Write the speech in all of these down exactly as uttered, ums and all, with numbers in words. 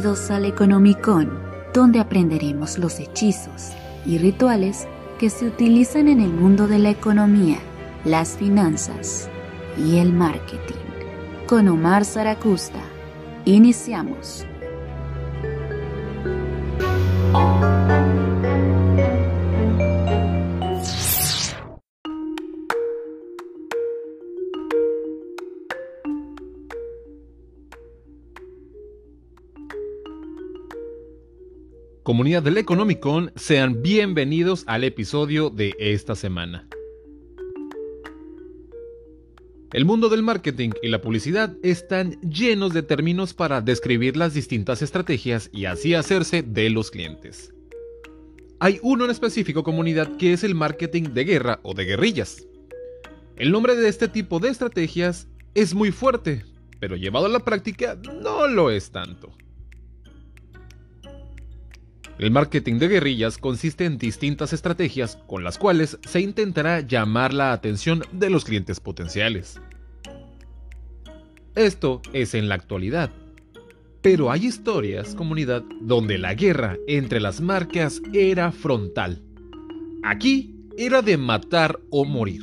Bienvenidos al Economicon, donde aprenderemos los hechizos y rituales que se utilizan en el mundo de la economía, las finanzas y el marketing. Con Omar Zaracusta, iniciamos. Comunidad del Economicon, sean bienvenidos al episodio de esta semana. El mundo del marketing y la publicidad están llenos de términos para describir las distintas estrategias y así hacerse de los clientes. Hay uno en específico, comunidad, que es el marketing de guerra o de guerrillas. El nombre de este tipo de estrategias es muy fuerte, pero llevado a la práctica no lo es tanto. El marketing de guerrillas consiste en distintas estrategias con las cuales se intentará llamar la atención de los clientes potenciales. Esto es en la actualidad, pero hay historias, comunidad, donde la guerra entre las marcas era frontal. Aquí era de matar o morir.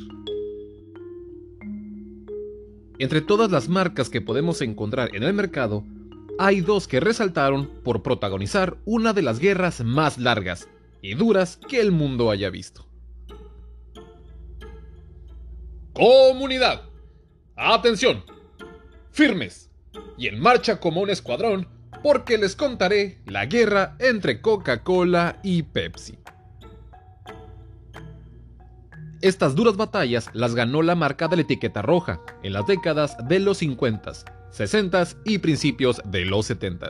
Entre todas las marcas que podemos encontrar en el mercado, hay dos que resaltaron por protagonizar una de las guerras más largas y duras que el mundo haya visto. ¡Comunidad! ¡Atención! ¡Firmes! Y en marcha como un escuadrón, porque les contaré la guerra entre Coca-Cola y Pepsi. Estas duras batallas las ganó la marca de la etiqueta roja en las décadas de los cincuenta, sesenta y principios de los setenta.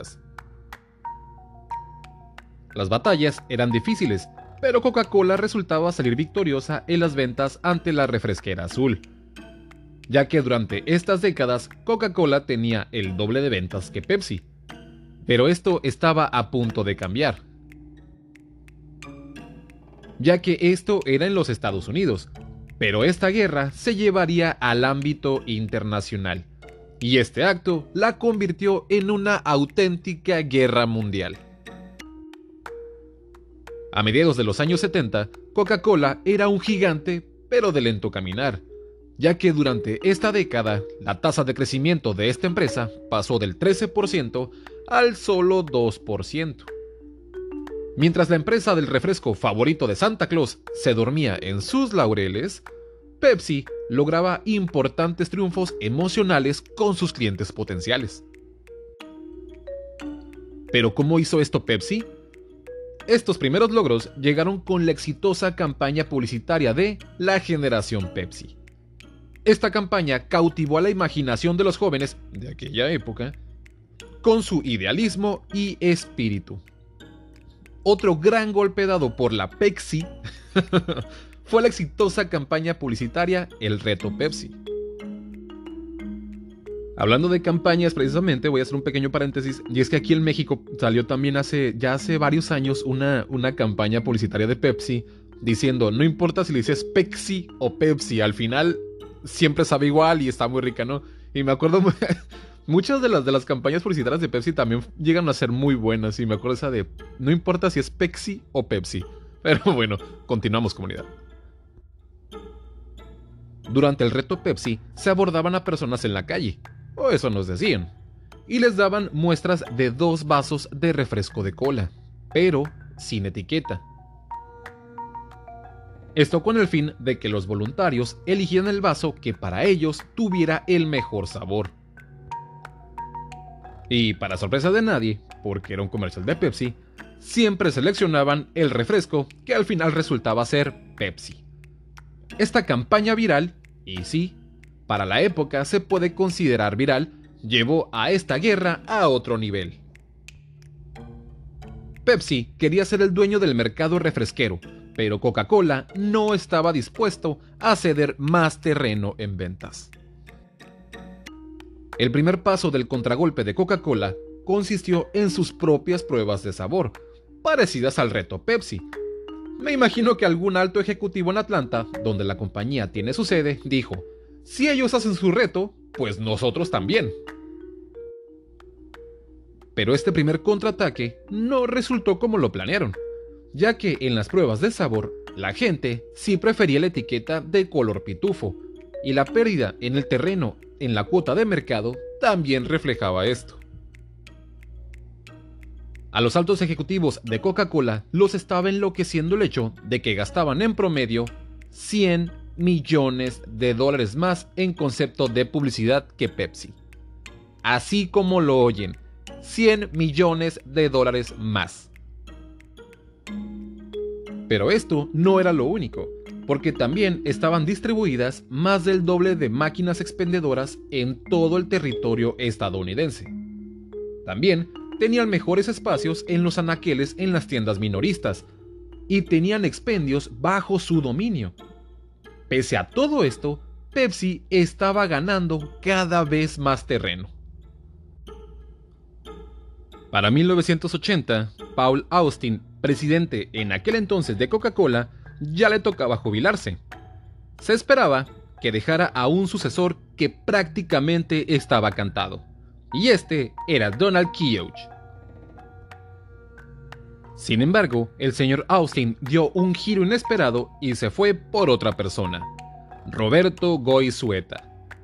Las batallas eran difíciles, pero Coca-Cola resultaba salir victoriosa en las ventas ante la refresquera azul, ya que durante estas décadas Coca-Cola tenía el doble de ventas que Pepsi. Pero esto estaba a punto de cambiar, ya que esto era en los Estados Unidos, pero esta guerra se llevaría al ámbito internacional. Y este acto la convirtió en una auténtica guerra mundial. A mediados de los años setenta, Coca-Cola era un gigante, pero de lento caminar, ya que durante esta década la tasa de crecimiento de esta empresa pasó del trece por ciento al solo dos por ciento. Mientras la empresa del refresco favorito de Santa Claus se dormía en sus laureles, Pepsi lograba importantes triunfos emocionales con sus clientes potenciales. ¿Pero cómo hizo esto Pepsi? Estos primeros logros llegaron con la exitosa campaña publicitaria de la generación Pepsi. Esta campaña cautivó a la imaginación de los jóvenes de aquella época con su idealismo y espíritu. Otro gran golpe dado por la Pepsi fue la exitosa campaña publicitaria El Reto Pepsi. Hablando de campañas, precisamente, voy a hacer un pequeño paréntesis, y es que aquí en México salió también hace, ya hace varios años una, una campaña publicitaria de Pepsi diciendo, no importa si le dices Pepsi o Pepsi, al final siempre sabe igual y está muy rica, ¿no? Y me acuerdo, muchas de las, de las campañas publicitarias de Pepsi también llegan a ser muy buenas, y me acuerdo esa de, no importa si es Pepsi o Pepsi. Pero bueno, continuamos, comunidad. Durante el reto Pepsi se abordaban a personas en la calle, o eso nos decían, y les daban muestras de dos vasos de refresco de cola, pero sin etiqueta. Esto con el fin de que los voluntarios eligieran el vaso que para ellos tuviera el mejor sabor. Y para sorpresa de nadie, porque era un comercial de Pepsi, siempre seleccionaban el refresco que al final resultaba ser Pepsi. Esta campaña viral, y sí, para la época se puede considerar viral, llevó a esta guerra a otro nivel. Pepsi quería ser el dueño del mercado refresquero, pero Coca-Cola no estaba dispuesto a ceder más terreno en ventas. El primer paso del contragolpe de Coca-Cola consistió en sus propias pruebas de sabor, parecidas al reto Pepsi. Me imagino que algún alto ejecutivo en Atlanta, donde la compañía tiene su sede, dijo, si ellos hacen su reto, pues nosotros también. Pero este primer contraataque no resultó como lo planearon, ya que en las pruebas de sabor, la gente sí prefería la etiqueta de color pitufo, y la pérdida en el terreno en la cuota de mercado también reflejaba esto. A los altos ejecutivos de Coca-Cola los estaba enloqueciendo el hecho de que gastaban en promedio cien millones de dólares más en concepto de publicidad que Pepsi. Así como lo oyen, cien millones de dólares más. Pero esto no era lo único, porque también estaban distribuidas más del doble de máquinas expendedoras en todo el territorio estadounidense. También tenían mejores espacios en los anaqueles en las tiendas minoristas, y tenían expendios bajo su dominio. Pese a todo esto, Pepsi estaba ganando cada vez más terreno. Para mil novecientos ochenta, Paul Austin, presidente en aquel entonces de Coca-Cola, ya le tocaba jubilarse. Se esperaba que dejara a un sucesor que prácticamente estaba cantado, y este era Donald Keough. Sin embargo, el señor Austin dio un giro inesperado y se fue por otra persona, Roberto Goizueta.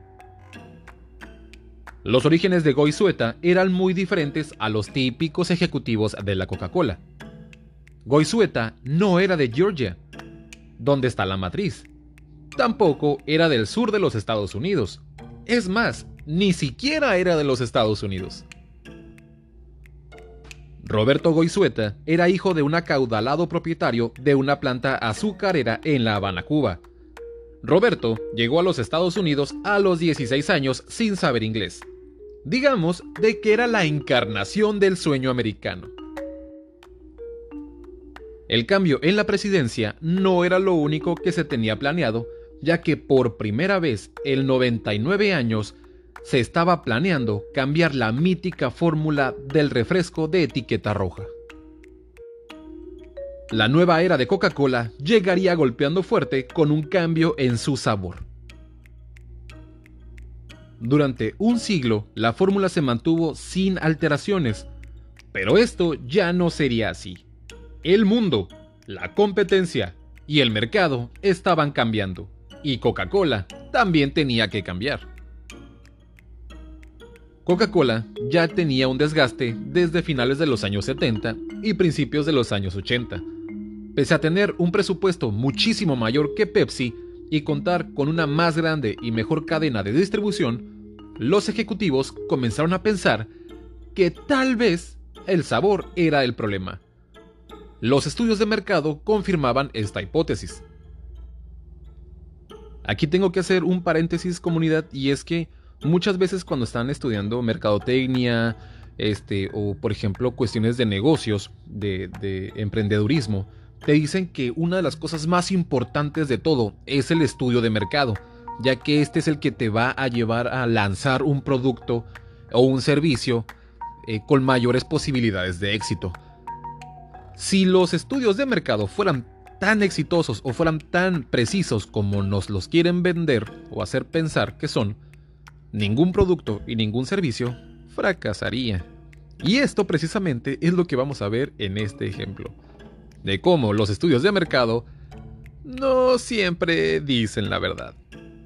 Los orígenes de Goizueta eran muy diferentes a los típicos ejecutivos de la Coca-Cola. Goizueta no era de Georgia, donde está la matriz. Tampoco era del sur de los Estados Unidos. Es más, ni siquiera era de los Estados Unidos. Roberto Goizueta era hijo de un acaudalado propietario de una planta azucarera en La Habana, Cuba. Roberto llegó a los Estados Unidos a los dieciséis años sin saber inglés. Digamos de que era la encarnación del sueño americano. El cambio en la presidencia no era lo único que se tenía planeado, ya que por primera vez en noventa y nueve años se estaba planeando cambiar la mítica fórmula del refresco de etiqueta roja. La nueva era de Coca-Cola llegaría golpeando fuerte con un cambio en su sabor. Durante un siglo, la fórmula se mantuvo sin alteraciones, pero esto ya no sería así. El mundo, la competencia y el mercado estaban cambiando, y Coca-Cola también tenía que cambiar. Coca-Cola ya tenía un desgaste desde finales de los años setenta y principios de los años ochenta. Pese a tener un presupuesto muchísimo mayor que Pepsi y contar con una más grande y mejor cadena de distribución, los ejecutivos comenzaron a pensar que tal vez el sabor era el problema. Los estudios de mercado confirmaban esta hipótesis. Aquí tengo que hacer un paréntesis, comunidad, y es que muchas veces cuando están estudiando mercadotecnia, este, o por ejemplo cuestiones de negocios, de, de emprendedurismo, te dicen que una de las cosas más importantes de todo es el estudio de mercado, ya que este es el que te va a llevar a lanzar un producto o un servicio eh, con mayores posibilidades de éxito. Si los estudios de mercado fueran tan exitosos o fueran tan precisos como nos los quieren vender o hacer pensar que son, ningún producto y ningún servicio fracasaría. Y esto precisamente es lo que vamos a ver en este ejemplo, de cómo los estudios de mercado no siempre dicen la verdad.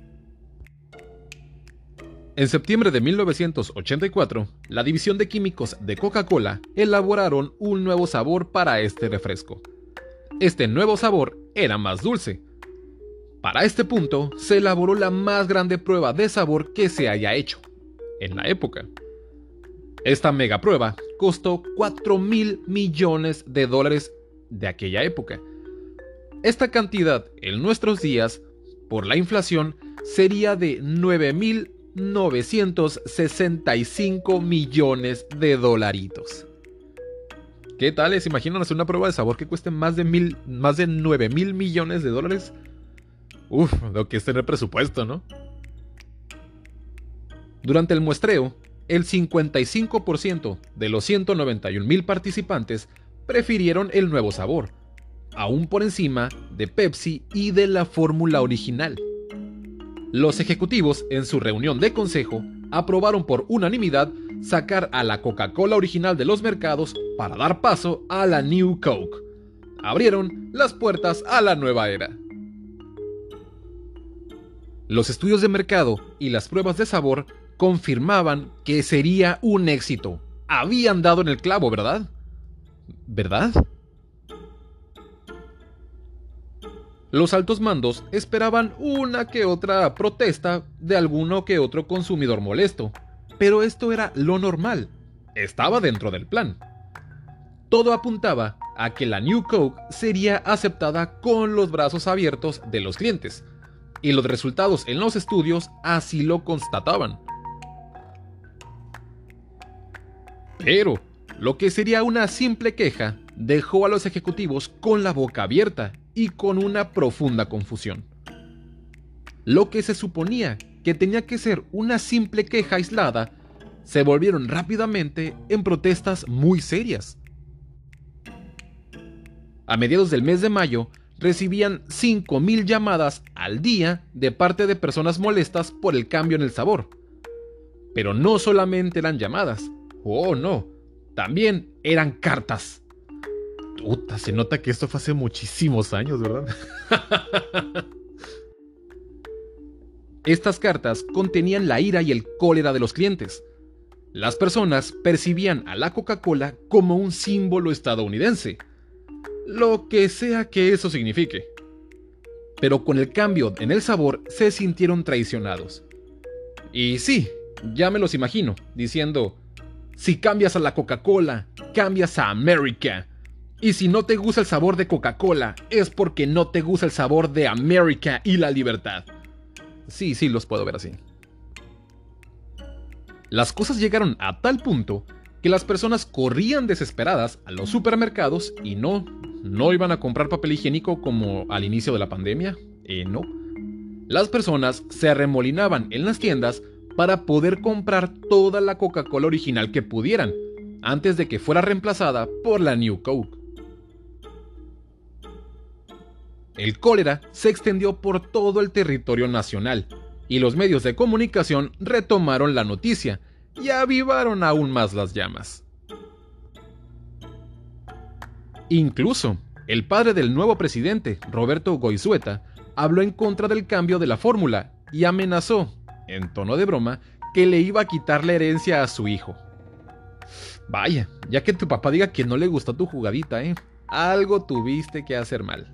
En septiembre de mil novecientos ochenta y cuatro, la división de químicos de Coca-Cola elaboraron un nuevo sabor para este refresco. Este nuevo sabor era más dulce. Para este punto, se elaboró la más grande prueba de sabor que se haya hecho en la época. Esta mega prueba costó cuatro mil millones de dólares de aquella época. Esta cantidad en nuestros días, por la inflación, sería de nueve mil novecientos sesenta y cinco millones de dolaritos. ¿Qué tal? ¿Se imaginan hacer una prueba de sabor que cueste más de, mil, más de nueve mil millones de dólares? Uf, lo que es tener presupuesto, ¿no? Durante el muestreo, el cincuenta y cinco por ciento de los ciento noventa y un mil participantes prefirieron el nuevo sabor, aún por encima de Pepsi y de la fórmula original. Los ejecutivos, en su reunión de consejo, aprobaron por unanimidad sacar a la Coca-Cola original de los mercados para dar paso a la New Coke. Abrieron las puertas a la nueva era. Los estudios de mercado y las pruebas de sabor confirmaban que sería un éxito. Habían dado en el clavo, ¿verdad? ¿Verdad? Los altos mandos esperaban una que otra protesta de alguno que otro consumidor molesto, pero esto era lo normal, estaba dentro del plan. Todo apuntaba a que la New Coke sería aceptada con los brazos abiertos de los clientes, y los resultados en los estudios así lo constataban. Pero lo que sería una simple queja dejó a los ejecutivos con la boca abierta y con una profunda confusión. Lo que se suponía que tenía que ser una simple queja aislada se volvieron rápidamente en protestas muy serias. A mediados del mes de mayo recibían cinco mil llamadas al día de parte de personas molestas por el cambio en el sabor. Pero no solamente eran llamadas, oh no, también eran cartas. Puta, se nota que esto fue hace muchísimos años, ¿verdad? Estas cartas contenían la ira y el cólera de los clientes. Las personas percibían a la Coca-Cola como un símbolo estadounidense, lo que sea que eso signifique. Pero con el cambio en el sabor se sintieron traicionados. Y sí, ya me los imagino, diciendo, si cambias a la Coca-Cola, cambias a América. Y si no te gusta el sabor de Coca-Cola, es porque no te gusta el sabor de América y la libertad. Sí, sí, los puedo ver así. Las cosas llegaron a tal punto que las personas corrían desesperadas a los supermercados y no, no iban a comprar papel higiénico como al inicio de la pandemia. Eh, no. Las personas se arremolinaban en las tiendas para poder comprar toda la Coca-Cola original que pudieran, antes de que fuera reemplazada por la New Coke. El cólera se extendió por todo el territorio nacional, y los medios de comunicación retomaron la noticia y avivaron aún más las llamas. Incluso, el padre del nuevo presidente, Roberto Goizueta, habló en contra del cambio de la fórmula y amenazó, en tono de broma, que le iba a quitar la herencia a su hijo. Vaya, ya que tu papá diga que no le gustó tu jugadita, ¿eh? Algo tuviste que hacer mal.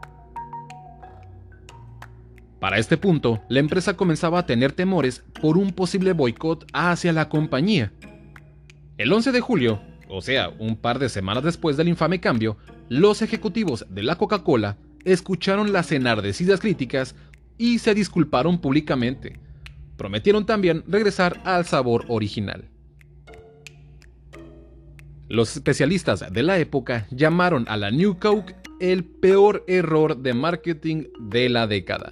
Para este punto, la empresa comenzaba a tener temores por un posible boicot hacia la compañía. El once de julio, o sea, un par de semanas después del infame cambio, los ejecutivos de la Coca-Cola escucharon las enardecidas críticas y se disculparon públicamente. Prometieron también regresar al sabor original. Los especialistas de la época llamaron a la New Coke el peor error de marketing de la década.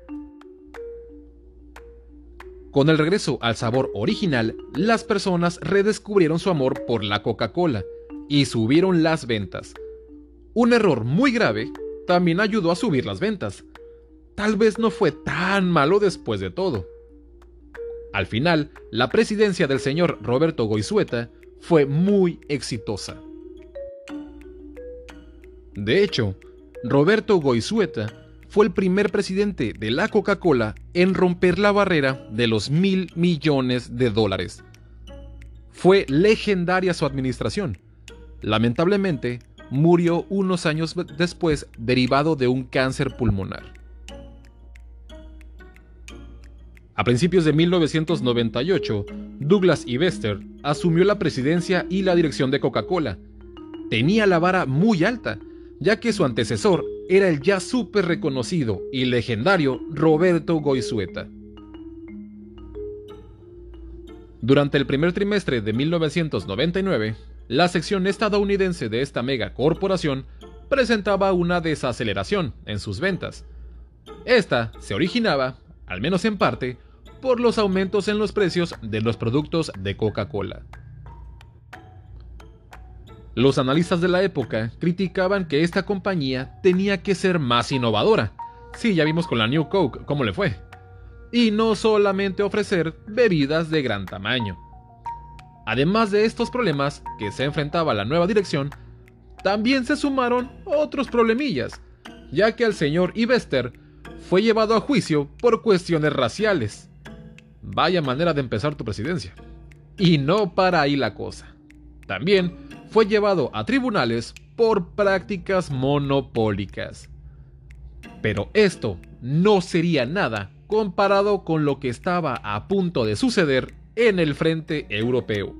Con el regreso al sabor original, las personas redescubrieron su amor por la Coca-Cola y subieron las ventas. Un error muy grave también ayudó a subir las ventas. Tal vez no fue tan malo después de todo. Al final, la presidencia del señor Roberto Goizueta fue muy exitosa. De hecho, Roberto Goizueta fue el primer presidente de la Coca-Cola en romper la barrera de los mil millones de dólares. Fue legendaria su administración. Lamentablemente, murió unos años después derivado de un cáncer pulmonar. A principios de mil novecientos noventa y ocho, Douglas Ivester asumió la presidencia y la dirección de Coca-Cola. Tenía la vara muy alta, ya que su antecesor era el ya súper reconocido y legendario Roberto Goizueta. Durante el primer trimestre de mil novecientos noventa y nueve, la sección estadounidense de esta mega corporación presentaba una desaceleración en sus ventas. Esta se originaba, al menos en parte, por los aumentos en los precios de los productos de Coca-Cola. Los analistas de la época criticaban que esta compañía tenía que ser más innovadora. Sí, ya vimos con la New Coke cómo le fue. Y no solamente ofrecer bebidas de gran tamaño. Además de estos problemas que se enfrentaba la nueva dirección, también se sumaron otros problemillas, ya que el señor Ibester fue llevado a juicio por cuestiones raciales. Vaya manera de empezar tu presidencia. Y no para ahí la cosa. También fue llevado a tribunales por prácticas monopólicas. Pero esto no sería nada comparado con lo que estaba a punto de suceder en el frente europeo.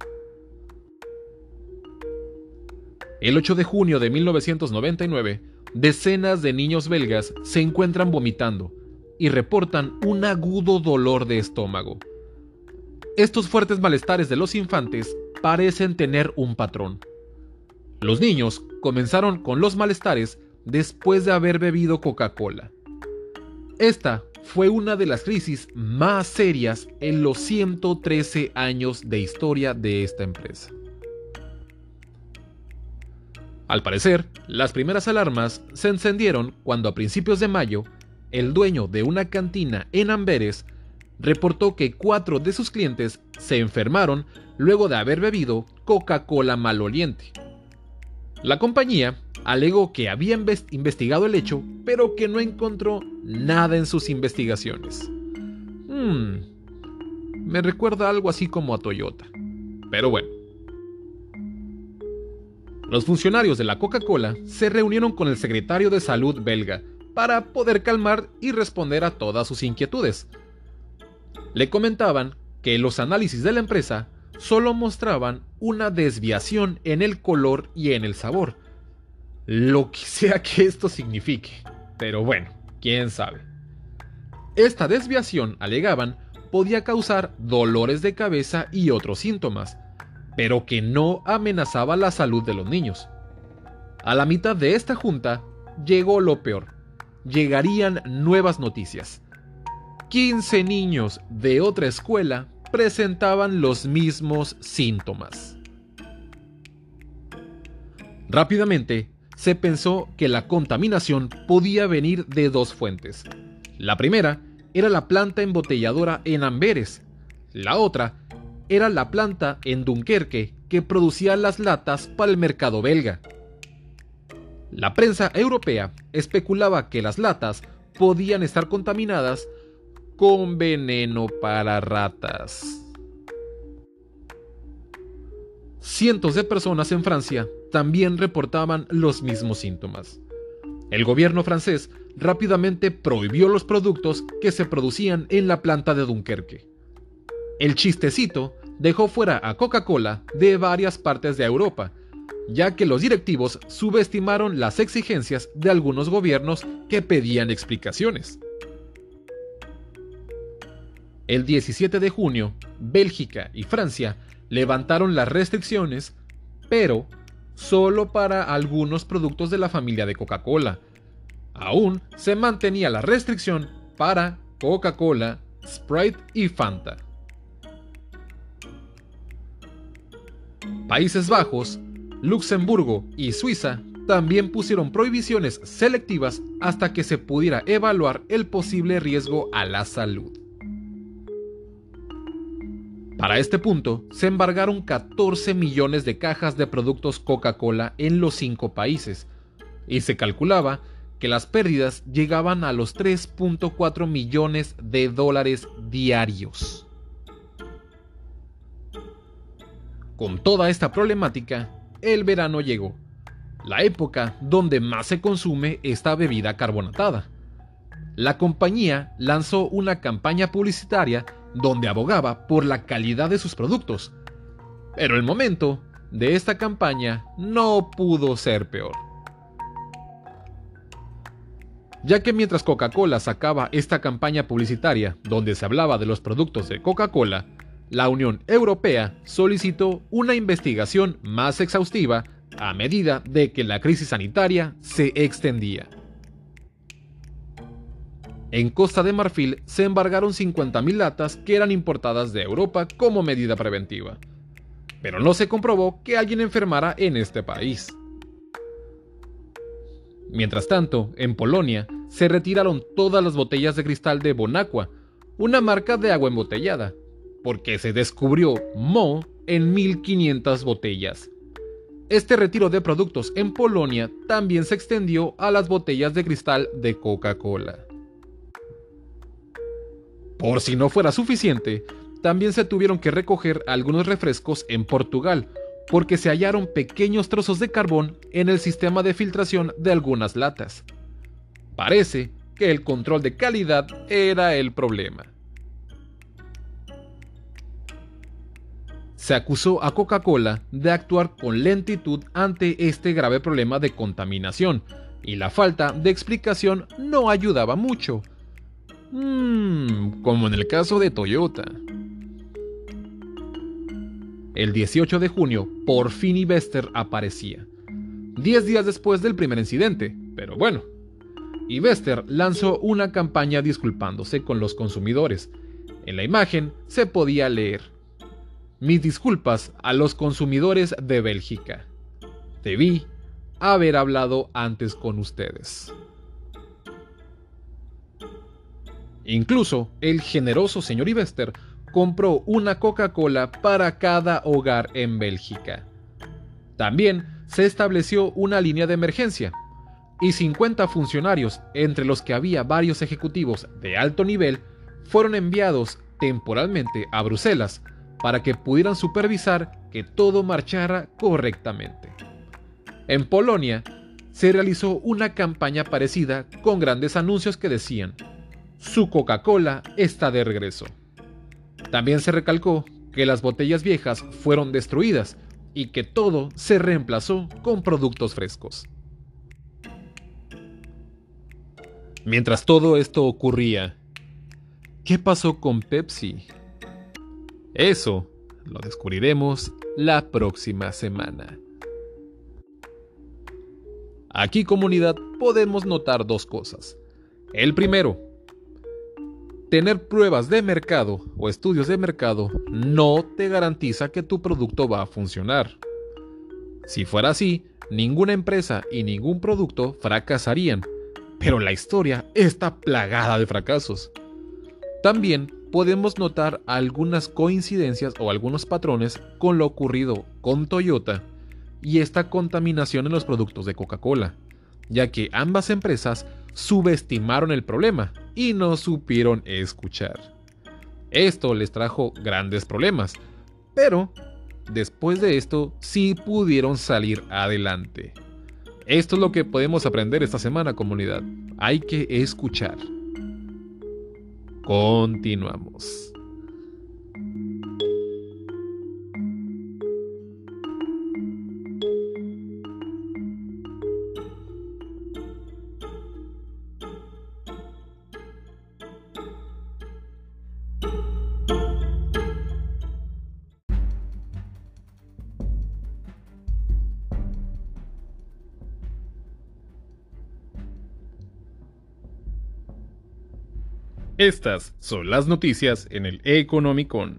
El ocho de junio de mil novecientos noventa y nueve, decenas de niños belgas se encuentran vomitando y reportan un agudo dolor de estómago. Estos fuertes malestares de los infantes parecen tener un patrón. Los niños comenzaron con los malestares después de haber bebido Coca-Cola. Esta fue una de las crisis más serias en los ciento trece años de historia de esta empresa. Al parecer, las primeras alarmas se encendieron cuando a principios de mayo, el dueño de una cantina en Amberes reportó que cuatro de sus clientes se enfermaron luego de haber bebido Coca-Cola maloliente. La compañía alegó que había investigado el hecho, pero que no encontró nada en sus investigaciones. Hmm, me recuerda algo así como a Toyota. Pero bueno. Los funcionarios de la Coca-Cola se reunieron con el secretario de Salud belga para poder calmar y responder a todas sus inquietudes. Le comentaban que los análisis de la empresa solo mostraban una desviación en el color y en el sabor. Lo que sea que esto signifique. Pero bueno, quién sabe. Esta desviación, alegaban, podía causar dolores de cabeza y otros síntomas, pero que no amenazaba la salud de los niños. A la mitad de esta junta llegó lo peor. Llegarían nuevas noticias. quince niños de otra escuela presentaban los mismos síntomas. Rápidamente, se pensó que la contaminación podía venir de dos fuentes. La primera era la planta embotelladora en Amberes. La otra era la planta en Dunkerque que producía las latas para el mercado belga. La prensa europea especulaba que las latas podían estar contaminadas con veneno para ratas. Cientos de personas en Francia también reportaban los mismos síntomas. El gobierno francés rápidamente prohibió los productos que se producían en la planta de Dunkerque. El chistecito dejó fuera a Coca-Cola de varias partes de Europa, ya que los directivos subestimaron las exigencias de algunos gobiernos que pedían explicaciones. El diecisiete de junio, Bélgica y Francia levantaron las restricciones, pero solo para algunos productos de la familia de Coca-Cola. Aún se mantenía la restricción para Coca-Cola, Sprite y Fanta. Países Bajos, Luxemburgo y Suiza también pusieron prohibiciones selectivas hasta que se pudiera evaluar el posible riesgo a la salud. Para este punto, se embargaron catorce millones de cajas de productos Coca-Cola en los cinco países, y se calculaba que las pérdidas llegaban a los tres punto cuatro millones de dólares diarios. Con toda esta problemática, el verano llegó, la época donde más se consume esta bebida carbonatada. La compañía lanzó una campaña publicitaria donde abogaba por la calidad de sus productos, pero el momento de esta campaña no pudo ser peor. Ya que mientras Coca-Cola sacaba esta campaña publicitaria donde se hablaba de los productos de Coca-Cola, la Unión Europea solicitó una investigación más exhaustiva a medida de que la crisis sanitaria se extendía. En Costa de Marfil se embargaron cincuenta mil latas que eran importadas de Europa como medida preventiva, pero no se comprobó que alguien enfermara en este país. Mientras tanto, en Polonia se retiraron todas las botellas de cristal de Bonaqua, una marca de agua embotellada, porque se descubrió moho en mil quinientas botellas. Este retiro de productos en Polonia también se extendió a las botellas de cristal de Coca-Cola. Por si no fuera suficiente, también se tuvieron que recoger algunos refrescos en Portugal, porque se hallaron pequeños trozos de carbón en el sistema de filtración de algunas latas. Parece que el control de calidad era el problema. Se acusó a Coca-Cola de actuar con lentitud ante este grave problema de contaminación, y la falta de explicación no ayudaba mucho. Mmm, como en el caso de Toyota. El dieciocho de junio, por fin Ivester aparecía. Diez días después del primer incidente, pero bueno. Ivester lanzó una campaña disculpándose con los consumidores. En la imagen se podía leer: mis disculpas a los consumidores de Bélgica. Debí haber hablado antes con ustedes. Incluso el generoso señor Ivester compró una Coca-Cola para cada hogar en Bélgica. También se estableció una línea de emergencia, y cincuenta funcionarios, entre los que había varios ejecutivos de alto nivel, fueron enviados temporalmente a Bruselas para que pudieran supervisar que todo marchara correctamente. En Polonia se realizó una campaña parecida con grandes anuncios que decían: su Coca-Cola está de regreso. También se recalcó que las botellas viejas fueron destruidas y que todo se reemplazó con productos frescos. Mientras todo esto ocurría, ¿qué pasó con Pepsi? Eso lo descubriremos la próxima semana. Aquí, comunidad, podemos notar dos cosas. El primero: tener pruebas de mercado o estudios de mercado no te garantiza que tu producto va a funcionar. Si fuera así, ninguna empresa y ningún producto fracasarían, pero la historia está plagada de fracasos. También podemos notar algunas coincidencias o algunos patrones con lo ocurrido con Toyota y esta contaminación en los productos de Coca-Cola, ya que ambas empresas subestimaron el problema y no supieron escuchar. Esto les trajo grandes problemas, pero después de esto sí pudieron salir adelante. Esto es lo que podemos aprender esta semana, comunidad. Hay que escuchar. Continuamos. Estas son las noticias en el Economicon.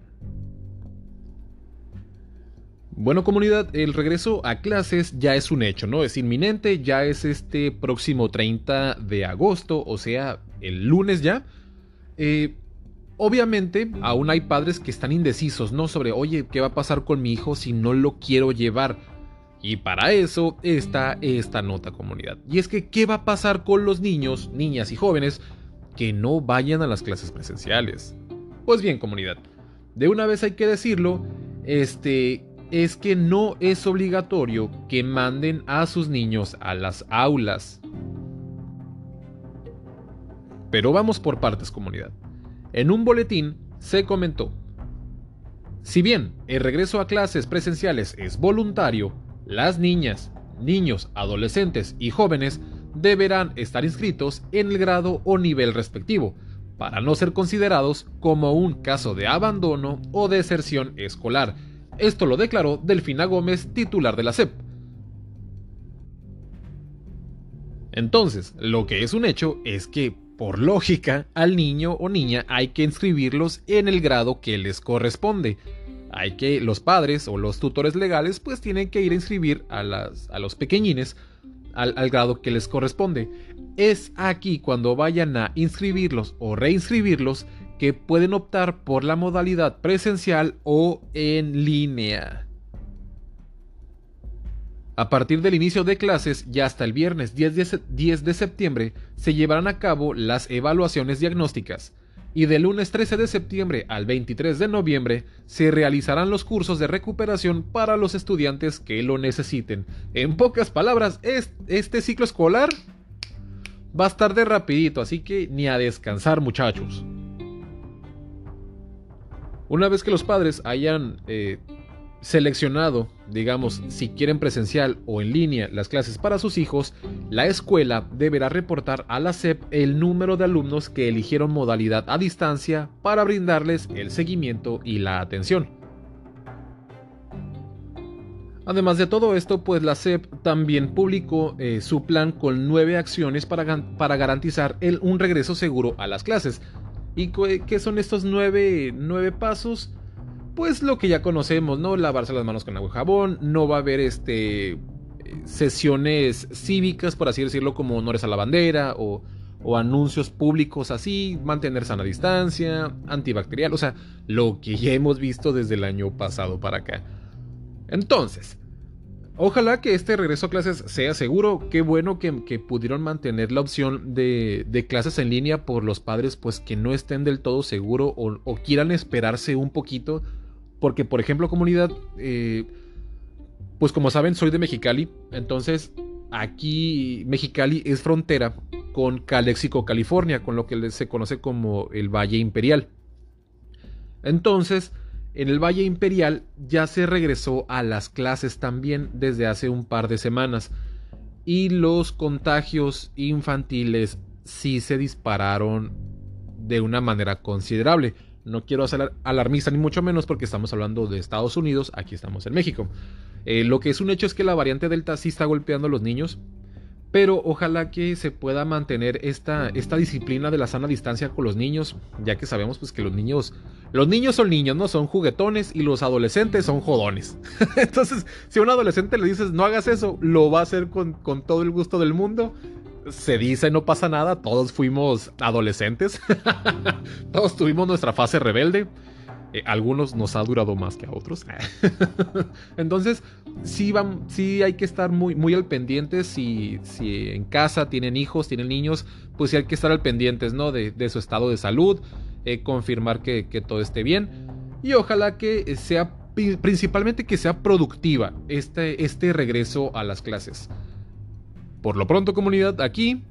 Bueno, comunidad, el regreso a clases ya es un hecho, ¿no? Es inminente, ya es este próximo treinta de agosto, o sea, el lunes ya. Eh, obviamente, aún hay padres que están indecisos, ¿no? Sobre, oye, ¿qué va a pasar con mi hijo si no lo quiero llevar? Y para eso está esta nota, comunidad. Y es que, ¿qué va a pasar con los niños, niñas y jóvenes que no vayan a las clases presenciales? Pues bien, comunidad, de una vez hay que decirlo, este, es que no es obligatorio que manden a sus niños a las aulas. Pero vamos por partes, comunidad. En un boletín se comentó: si bien el regreso a clases presenciales es voluntario, las niñas, niños, adolescentes y jóvenes deberán estar inscritos en el grado o nivel respectivo, para no ser considerados como un caso de abandono o deserción escolar. Esto lo declaró Delfina Gómez, titular de la S E P. Entonces, lo que es un hecho es que, por lógica, al niño o niña hay que inscribirlos en el grado que les corresponde. Hay que, los padres o los tutores legales pues tienen que ir a inscribir a, las, a los pequeñines Al, al grado que les corresponde. Es aquí, cuando vayan a inscribirlos o reinscribirlos, que pueden optar por la modalidad presencial o en línea. A partir del inicio de clases y hasta el viernes diez de septiembre se llevarán a cabo las evaluaciones diagnósticas y del lunes trece de septiembre al veintitrés de noviembre se realizarán los cursos de recuperación para los estudiantes que lo necesiten. En pocas palabras, este ciclo escolar va a estar de rapidito, así que ni a descansar, muchachos. Una vez que los padres hayan eh, seleccionado, digamos, si quieren presencial o en línea las clases para sus hijos, la escuela deberá reportar a la S E P el número de alumnos que eligieron modalidad a distancia para brindarles el seguimiento y la atención. Además de todo esto, pues la S E P también publicó eh, su plan con nueve acciones para, para garantizar el, un regreso seguro a las clases. ¿Y qué son estos nueve, nueve pasos? Pues lo que ya conocemos, ¿no? Lavarse las manos con agua y jabón, no va a haber este, sesiones cívicas, por así decirlo, como honores a la bandera o, o anuncios públicos así, mantener sana distancia, antibacterial, o sea, lo que ya hemos visto desde el año pasado para acá. Entonces, ojalá que este regreso a clases sea seguro. Qué bueno que, que pudieron mantener la opción de, de clases en línea por los padres pues que no estén del todo seguros o, o quieran esperarse un poquito. Porque, por ejemplo, comunidad, eh, pues como saben, soy de Mexicali. Entonces, aquí Mexicali es frontera con Calexico, California, con lo que se conoce como el Valle Imperial. Entonces, en el Valle Imperial ya se regresó a las clases también desde hace un par de semanas. Y los contagios infantiles sí se dispararon de una manera considerable. No quiero hacer alarmista ni mucho menos porque estamos hablando de Estados Unidos, aquí estamos en México. Eh, lo que es un hecho es que la variante Delta sí está golpeando a los niños, pero ojalá que se pueda mantener esta, esta disciplina de la sana distancia con los niños, ya que sabemos pues que los niños, los niños son niños, ¿no? Son juguetones y los adolescentes son jodones. Entonces, si a un adolescente le dices no hagas eso, lo va a hacer con, con todo el gusto del mundo. Se dice, no pasa nada, todos fuimos adolescentes, todos tuvimos nuestra fase rebelde, eh, algunos nos ha durado más que a otros. Entonces, sí, van, sí hay que estar muy, muy al pendiente, si, si en casa tienen hijos, tienen niños, pues sí hay que estar al pendientes, ¿no? de, de su estado de salud, eh, confirmar que, que todo esté bien y ojalá que sea, principalmente que sea productiva este, este regreso a las clases. Por lo pronto, comunidad, aquí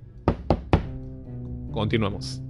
continuamos.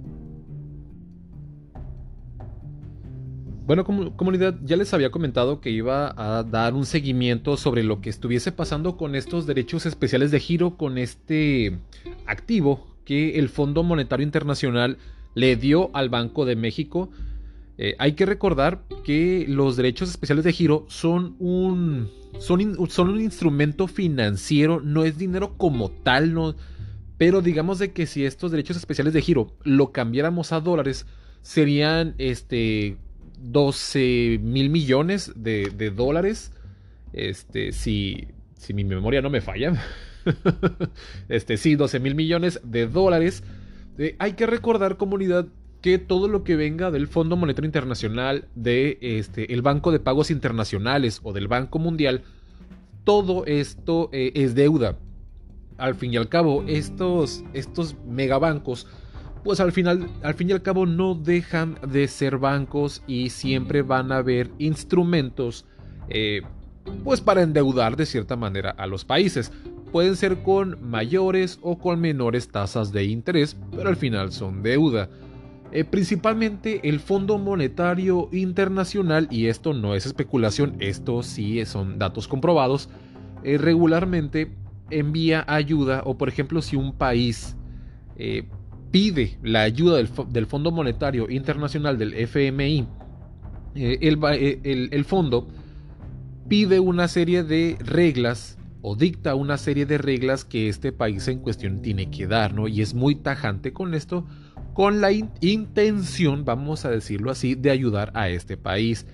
Bueno, com- comunidad, ya les había comentado que iba a dar un seguimiento sobre lo que estuviese pasando con estos derechos especiales de giro, con este activo que el Fondo Monetario Internacional le dio al Banco de México. Eh, hay que recordar que los derechos especiales de giro son un, son, in, son un instrumento financiero, no es dinero como tal, no, pero digamos de que si estos derechos especiales de giro lo cambiáramos a dólares, serían este, doce mil millones de, de dólares, este, si, si mi memoria no me falla, este, sí, doce mil millones de dólares. Eh, hay que recordar, comunidad, que todo lo que venga del Fondo Monetario Internacional, de este, el Banco de Pagos Internacionales o del Banco Mundial, todo esto eh, es deuda. Al fin y al cabo, estos, estos megabancos, pues al final, al fin y al cabo no dejan de ser bancos y siempre van a haber instrumentos eh, pues para endeudar de cierta manera a los países. Pueden ser con mayores o con menores tasas de interés, pero al final son deuda. Eh, principalmente el Fondo Monetario Internacional, y esto no es especulación, esto sí son datos comprobados, eh, regularmente envía ayuda, o por ejemplo si un país eh, pide la ayuda del, del Fondo Monetario Internacional, del F M I, eh, el, el, el fondo pide una serie de reglas o dicta una serie de reglas que este país en cuestión tiene que dar, ¿no? Y es muy tajante con esto, con la in- intención, vamos a decirlo así, de ayudar a este país.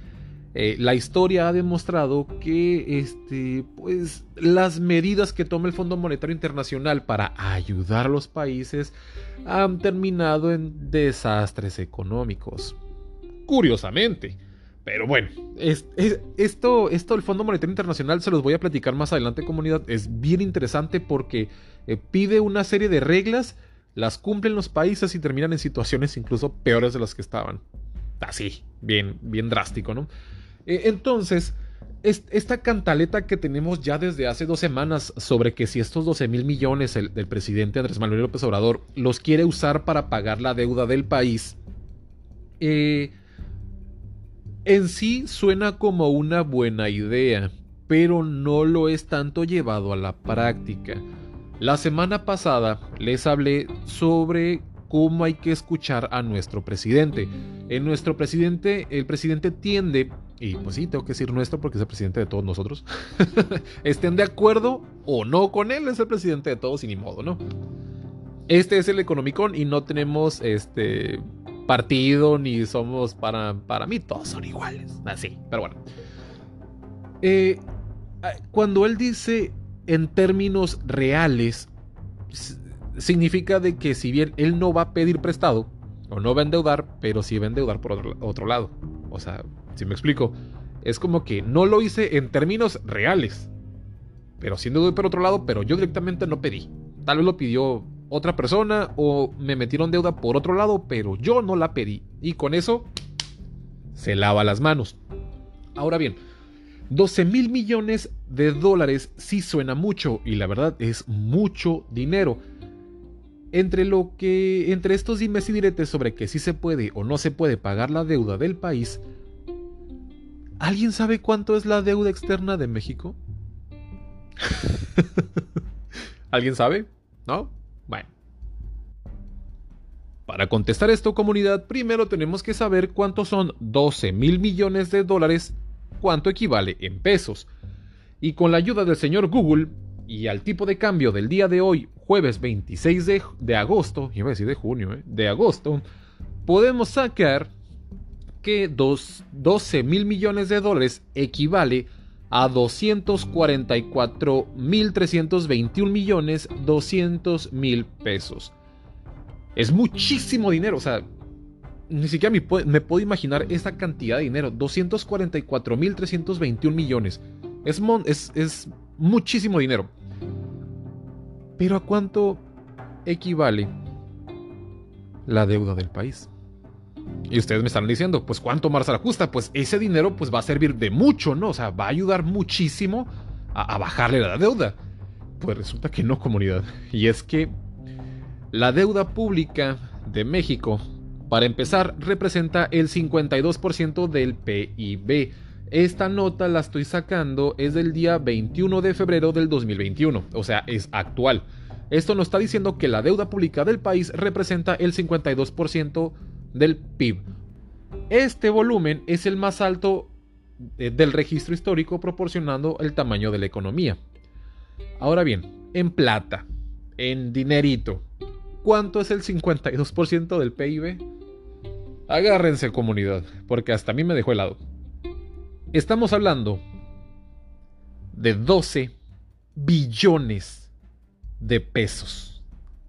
Eh, la historia ha demostrado que este, pues, las medidas que toma el Fondo Monetario Internacional para ayudar a los países han terminado en desastres económicos. Curiosamente. Pero bueno, es, es, esto, esto del Fondo Monetario Internacional se los voy a platicar más adelante, comunidad. Es bien interesante porque eh, pide una serie de reglas, las cumplen los países y terminan en situaciones incluso peores de las que estaban. Así, bien, bien drástico, ¿no? Eh, entonces, es, esta cantaleta que tenemos ya desde hace dos semanas sobre que si estos doce mil millones el, del presidente Andrés Manuel López Obrador los quiere usar para pagar la deuda del país, eh... en sí suena como una buena idea, pero no lo es tanto llevado a la práctica. La semana pasada les hablé sobre cómo hay que escuchar a nuestro presidente. En nuestro presidente, el presidente tiende, y pues sí, tengo que decir nuestro porque es el presidente de todos nosotros, estén de acuerdo o no con él, es el presidente de todos y ni modo, ¿no? Este es el Economicón y no tenemos este... partido, ni somos para, para mí, todos son iguales, así, pero bueno. Eh, cuando él dice en términos reales, significa de que si bien él no va a pedir prestado, o no va a endeudar, pero sí va a endeudar por otro, otro lado. O sea, si me explico, es como que no lo hice en términos reales, pero sí endeudé por otro lado, pero yo directamente no pedí. Tal vez lo pidió otra persona o me metieron deuda por otro lado, pero yo no la pedí. Y con eso se lava las manos. Ahora bien, doce mil millones de dólares sí suena mucho y la verdad es mucho dinero. Entre lo que entre estos dimes y diretes sobre que sí se puede o no se puede pagar la deuda del país, ¿alguien sabe cuánto es la deuda externa de México? ¿Alguien sabe? ¿No? Bueno. Para contestar esto, comunidad, primero tenemos que saber cuántos son doce mil millones de dólares, cuánto equivale en pesos. Y con la ayuda del señor Google y al tipo de cambio del día de hoy, jueves veintiséis de, de agosto, iba a decir de junio, ¿eh? de agosto, podemos sacar que doce mil millones de dólares equivale a doscientos cuarenta y cuatro mil trescientos veintiún millones doscientos mil pesos. Es muchísimo dinero, o sea, ni siquiera me puedo, me puedo imaginar esa cantidad de dinero. doscientos cuarenta y cuatro mil trescientos veintiún millones. Es, mon, es, es muchísimo dinero. Pero ¿a cuánto equivale la deuda del país? Y ustedes me están diciendo, pues ¿cuánto, Marcela Justa? Pues ese dinero pues va a servir de mucho, ¿no? O sea, va a ayudar muchísimo a, a bajarle la deuda. Pues resulta que no, comunidad. Y es que la deuda pública de México, para empezar, representa el cincuenta y dos por ciento del P I B. Esta nota la estoy sacando, es del día veintiuno de febrero del dos mil veintiuno, o sea, es actual. Esto nos está diciendo que la deuda pública del país representa el cincuenta y dos por ciento del P I B. Este volumen es el más alto del registro histórico, proporcionando el tamaño de la economía. Ahora bien, en plata, en dinerito, ¿cuánto es el cincuenta y dos por ciento del P I B? Agárrense, comunidad, porque hasta a mí me dejó helado. Estamos hablando de doce billones de pesos.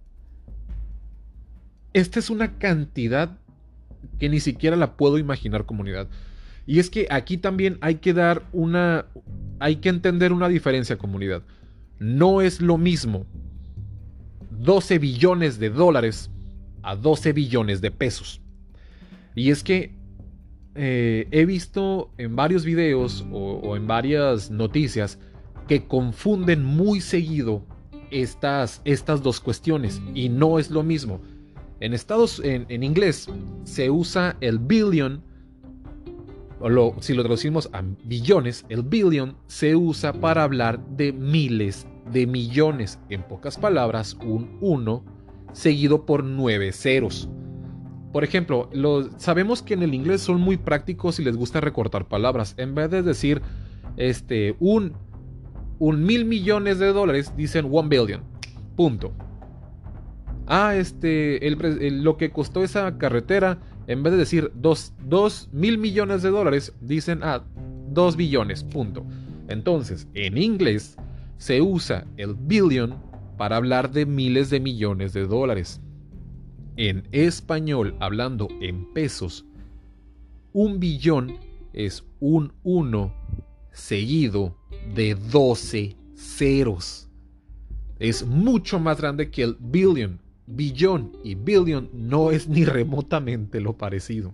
Esta es una cantidad que ni siquiera la puedo imaginar, comunidad. Y es que aquí también hay que dar una... hay que entender una diferencia, comunidad. No es lo mismo doce billones de dólares a doce billones de pesos. Y es que eh, he visto en varios videos o, o en varias noticias que confunden muy seguido estas, estas dos cuestiones, y no es lo mismo. En Estados en, en inglés se usa el billion, o lo, si lo traducimos a billones, el billion se usa para hablar de miles de millones. En pocas palabras, un uno seguido por nueve ceros. Por ejemplo, los, sabemos que en el inglés son muy prácticos y les gusta recortar palabras. En vez de decir este, un, un mil millones de dólares, dicen one billion. Punto. Ah, este, el, el, lo que costó esa carretera, en vez de decir dos, dos mil millones de dólares, dicen, ah, dos billones, punto. Entonces, en inglés se usa el billion para hablar de miles de millones de dólares. En español, hablando en pesos, un billón es un uno seguido de doce ceros. Es mucho más grande que el billion. Billón y billion no es ni remotamente lo parecido.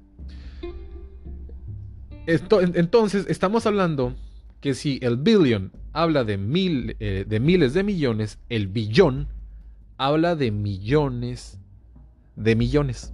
Esto, entonces, estamos hablando que si el billion habla de, mil, eh, de miles de millones, el billón habla de millones de millones.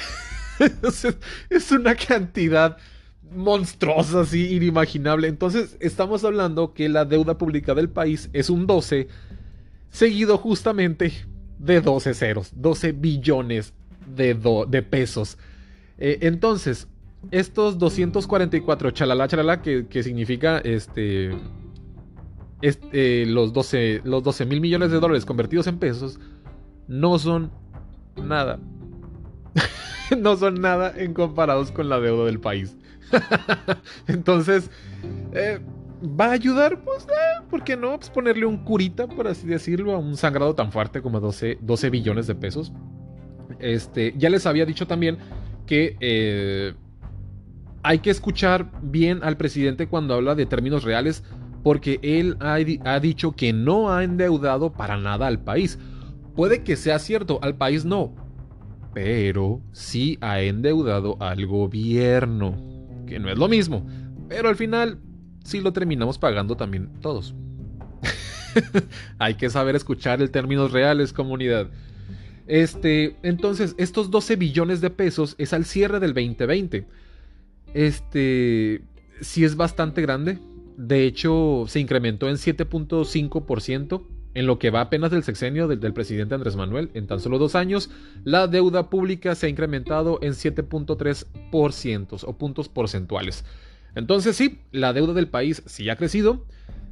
Es una cantidad monstruosa, así, inimaginable. Entonces, estamos hablando que la deuda pública del país es un doce, seguido justamente de doce ceros, doce billones de, do, de pesos. Eh, entonces, estos doscientos cuarenta y cuatro chalala chalala, que, que significa este, este, eh, los doce mil millones de dólares convertidos en pesos, no son nada. No son nada en comparados con la deuda del país. Entonces, eh, ¿va a ayudar? Pues, eh, ¿por qué no? Pues ponerle un curita, por así decirlo, a un sangrado tan fuerte como doce, doce billones de pesos. Este, ya les había dicho también que eh, hay que escuchar bien al presidente cuando habla de términos reales, porque él ha, ha dicho que no ha endeudado para nada al país. Puede que sea cierto, al país no, pero sí ha endeudado al gobierno, que no es lo mismo, pero al final sí lo terminamos pagando también todos. Hay que saber escuchar el términos reales, comunidad. Este, entonces, estos doce billones de pesos es al cierre del veinte veinte. Este, sí es bastante grande. De hecho, se incrementó en siete punto cinco por ciento en lo que va apenas del sexenio del, del presidente Andrés Manuel. En tan solo dos años, la deuda pública se ha incrementado en siete punto tres por ciento o puntos porcentuales. Entonces sí, la deuda del país sí ha crecido.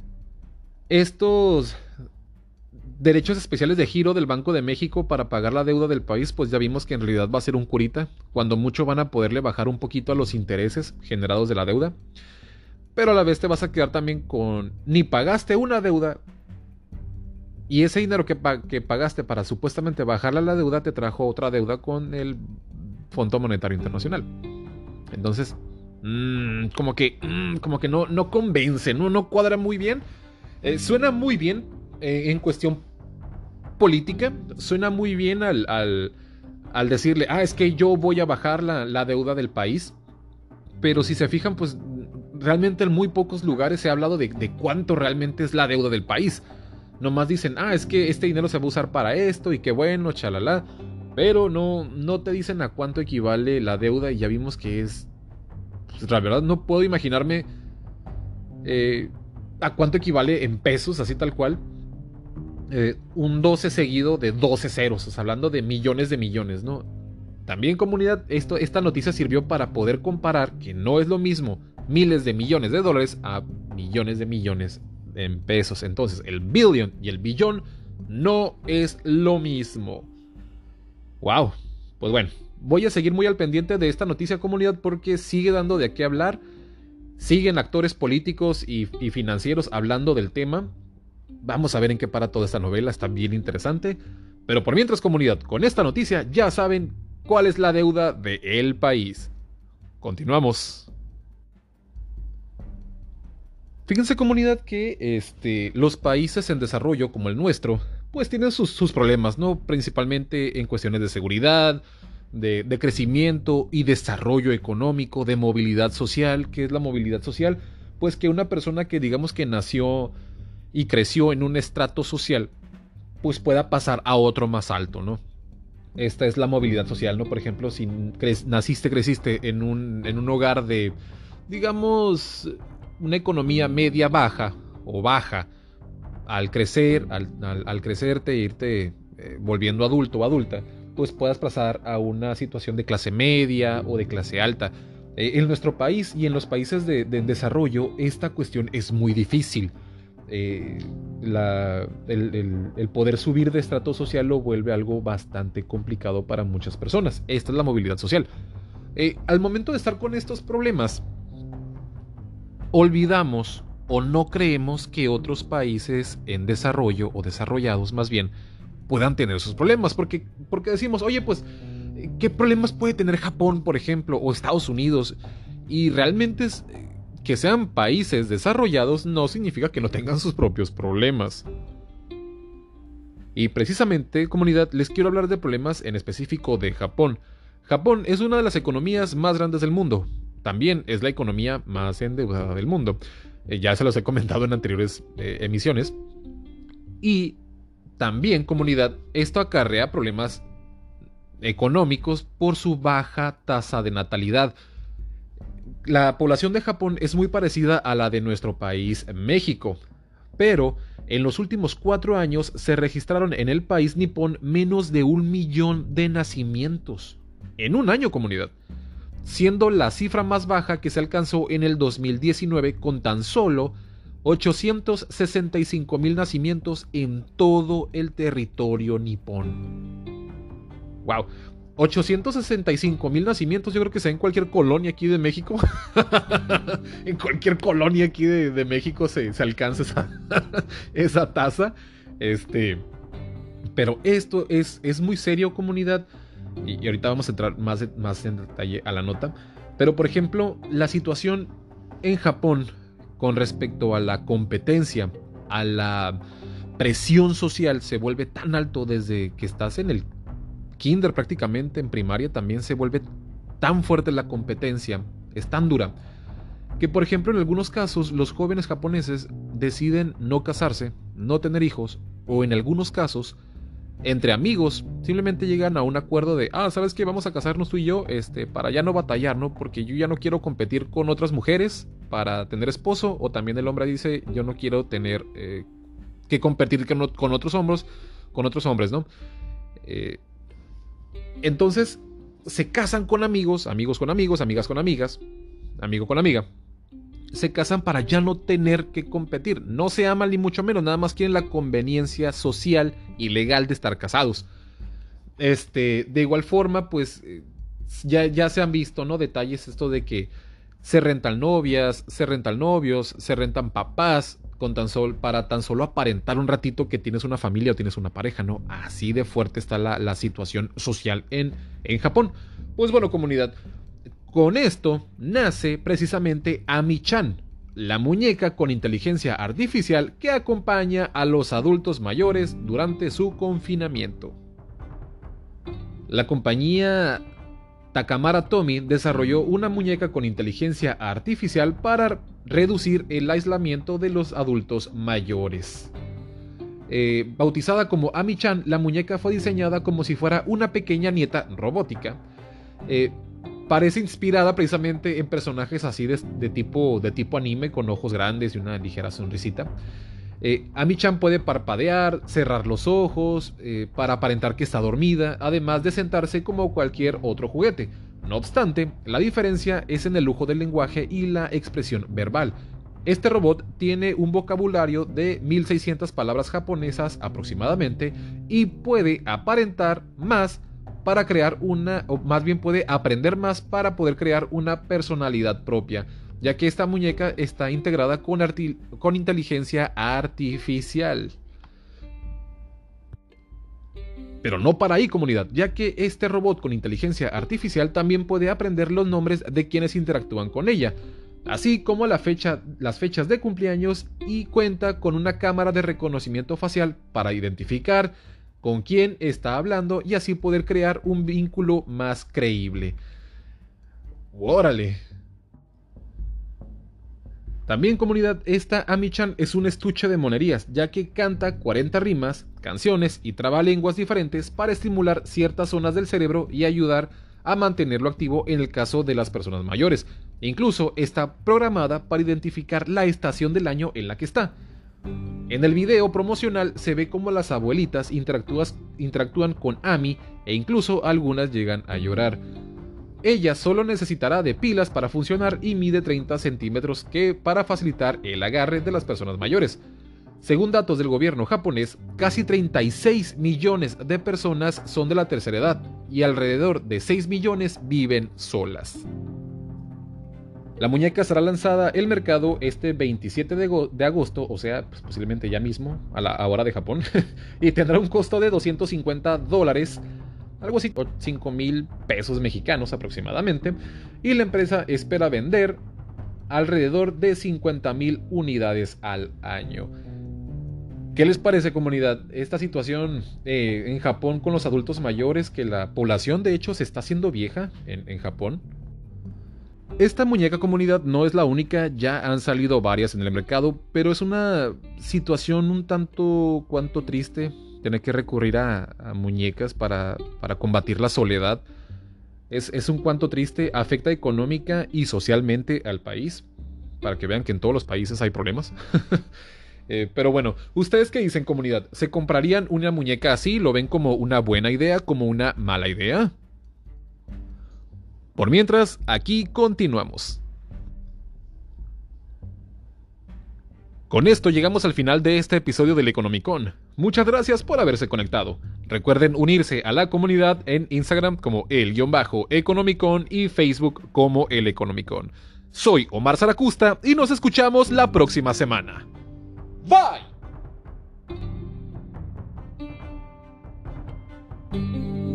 Estos derechos especiales de giro del Banco de México para pagar la deuda del país, pues ya vimos que en realidad va a ser un curita. Cuando mucho van a poderle bajar un poquito a los intereses generados de la deuda. Pero a la vez te vas a quedar también con... Ni pagaste una deuda, y ese dinero que, pag- que pagaste para supuestamente bajarle a la deuda te trajo otra deuda con el Fondo Monetario Internacional. Entonces, mmm, como que, mmm, como que no, no convence, no, no cuadra muy bien. Eh, suena muy bien eh, en cuestión política, suena muy bien al, al, al decirle, ah, es que yo voy a bajar la, la deuda del país. Pero si se fijan, pues realmente en muy pocos lugares se ha hablado de, de cuánto realmente es la deuda del país. Nomás dicen, ah, es que este dinero se va a usar para esto y qué bueno, chalala. Pero no, no te dicen a cuánto equivale la deuda y ya vimos que es... Pues, la verdad no puedo imaginarme eh, a cuánto equivale en pesos, así tal cual. Eh, un doce seguido de doce ceros, o sea, hablando de millones de millones, ¿no? También, comunidad, esto, esta noticia sirvió para poder comparar que no es lo mismo miles de millones de dólares a millones de millones en pesos. Entonces, el billion y el billón no es lo mismo. Wow. Pues bueno, voy a seguir muy al pendiente de esta noticia, comunidad, porque sigue dando de qué hablar. Siguen actores políticos y, y financieros hablando del tema. Vamos a ver en qué para toda esta novela, está bien interesante. Pero por mientras, comunidad, con esta noticia ya saben cuál es la deuda del país. Continuamos. Fíjense, comunidad, que este, los países en desarrollo como el nuestro, pues tienen sus, sus problemas, ¿no? Principalmente en cuestiones de seguridad, de, de crecimiento y desarrollo económico, de movilidad social. ¿Qué es la movilidad social? Pues que una persona que digamos que nació y creció en un estrato social, pues pueda pasar a otro más alto, ¿no? Esta es la movilidad social, ¿no? Por ejemplo, si cre- naciste, creciste en un, en un hogar de, digamos, una economía media baja o baja, al crecer, al, al, al crecerte e irte eh, volviendo adulto o adulta, pues puedas pasar a una situación de clase media o de clase alta. Eh, en nuestro país y en los países de, de desarrollo, esta cuestión es muy difícil. Eh, la, el, el, el poder subir de estrato social lo vuelve algo bastante complicado para muchas personas. Esta es la movilidad social. Eh, al momento de estar con estos problemas, olvidamos o no creemos que otros países en desarrollo o desarrollados más bien puedan tener sus problemas, porque, porque decimos, oye, pues, ¿qué problemas puede tener Japón, por ejemplo, o Estados Unidos? Y realmente es, que sean países desarrollados no significa que no tengan sus propios problemas. Y precisamente, comunidad, les quiero hablar de problemas en específico de Japón. Japón es una de las economías más grandes del mundo. También es la economía más endeudada del mundo. Eh, ya se los he comentado en anteriores eh, emisiones. Y también, comunidad, esto acarrea problemas económicos por su baja tasa de natalidad. La población de Japón es muy parecida a la de nuestro país, México, pero en los últimos cuatro años se registraron en el país nipón menos de un millón de nacimientos. En un año, comunidad, siendo la cifra más baja que se alcanzó en el dos mil diecinueve con tan solo ochocientos sesenta y cinco mil nacimientos en todo el territorio nipón. ¡Wow! ochocientos sesenta y cinco mil nacimientos, yo creo que sea en cualquier colonia aquí de México. En cualquier colonia aquí de, de México se, se alcanza esa, esa tasa. Este, pero esto es, es muy serio, comunidad. Y, y ahorita vamos a entrar más, más en detalle a la nota. Pero, por ejemplo, la situación en Japón con respecto a la competencia, a la presión social, se vuelve tan alto desde que estás en el kinder, prácticamente en primaria también se vuelve tan fuerte la competencia, es tan dura, que por ejemplo en algunos casos los jóvenes japoneses deciden no casarse, no tener hijos, o en algunos casos entre amigos simplemente llegan a un acuerdo de, ah, ¿sabes qué? Vamos a casarnos tú y yo, este, para ya no batallar, ¿no? Porque yo ya no quiero competir con otras mujeres para tener esposo, o también el hombre dice, yo no quiero tener eh, que competir con, con otros hombres, con otros hombres, ¿no? Eh, Entonces se casan con amigos, amigos con amigos, amigas con amigas, amigo con amiga. Se casan para ya no tener que competir. No se aman ni mucho menos, nada más quieren la conveniencia social y legal de estar casados. Este, de igual forma, pues ya, ya se han visto, ¿no? Detalles esto de que se rentan novias, se rentan novios, se rentan papás, con tan solo, para tan solo aparentar un ratito que tienes una familia o tienes una pareja, ¿no? Así de fuerte está la, la situación social en, en Japón. Pues bueno, comunidad, con esto nace precisamente Ami-chan, la muñeca con inteligencia artificial que acompaña a los adultos mayores durante su confinamiento. La compañía Takamara Tomy desarrolló una muñeca con inteligencia artificial para reducir el aislamiento de los adultos mayores. Eh, bautizada como Ami-chan, la muñeca fue diseñada como si fuera una pequeña nieta robótica. Eh, parece inspirada precisamente en personajes así de, de, tipo, de tipo anime, con ojos grandes y una ligera sonrisita. Eh, Ami-chan puede parpadear, cerrar los ojos eh, para aparentar que está dormida, además de sentarse como cualquier otro juguete. No obstante, la diferencia es en el lujo del lenguaje y la expresión verbal. Este robot tiene un vocabulario de mil seiscientas palabras japonesas aproximadamente y puede aparentar más para crear una, o más bien puede aprender más para poder crear una personalidad propia, ya que esta muñeca está integrada con, arti- con inteligencia artificial. Pero no para ahí, comunidad, ya que este robot con inteligencia artificial también puede aprender los nombres de quienes interactúan con ella, así como la fecha, las fechas de cumpleaños, y cuenta con una cámara de reconocimiento facial para identificar con quién está hablando y así poder crear un vínculo más creíble. ¡Órale! También, comunidad, esta Ami-chan es un estuche de monerías, ya que canta cuarenta rimas, canciones y trabalenguas diferentes para estimular ciertas zonas del cerebro y ayudar a mantenerlo activo en el caso de las personas mayores. Incluso está programada para identificar la estación del año en la que está. En el video promocional se ve cómo las abuelitas interactúan con Ami e incluso algunas llegan a llorar. Ella solo necesitará de pilas para funcionar y mide treinta centímetros que para facilitar el agarre de las personas mayores. Según datos del gobierno japonés, casi treinta y seis millones de personas son de la tercera edad y alrededor de seis millones viven solas. La muñeca será lanzada el mercado este veintisiete de agosto, o sea, pues posiblemente ya mismo, a la hora de Japón, y tendrá un costo de doscientos cincuenta dólares, algo así, cinco mil pesos mexicanos aproximadamente, y la empresa espera vender alrededor de cincuenta mil unidades al año. ¿Qué les parece, comunidad? Esta situación eh, en Japón con los adultos mayores, que la población de hecho se está haciendo vieja en, en Japón. Esta muñeca, comunidad, no es la única, ya han salido varias en el mercado, pero es una situación un tanto cuanto triste tener que recurrir a, a muñecas para, para combatir la soledad. Es, es un cuanto triste, afecta económica y socialmente al país, para que vean que en todos los países hay problemas. eh, pero bueno, ¿ustedes qué dicen, comunidad? ¿Se comprarían una muñeca así? ¿Lo ven como una buena idea, como una mala idea? Por mientras, aquí continuamos. Con esto llegamos al final de este episodio del Economicon. Muchas gracias por haberse conectado. Recuerden unirse a la comunidad en Instagram como el-Economicon y Facebook como el Economicon. Soy Omar Zaracusta y nos escuchamos la próxima semana. Bye.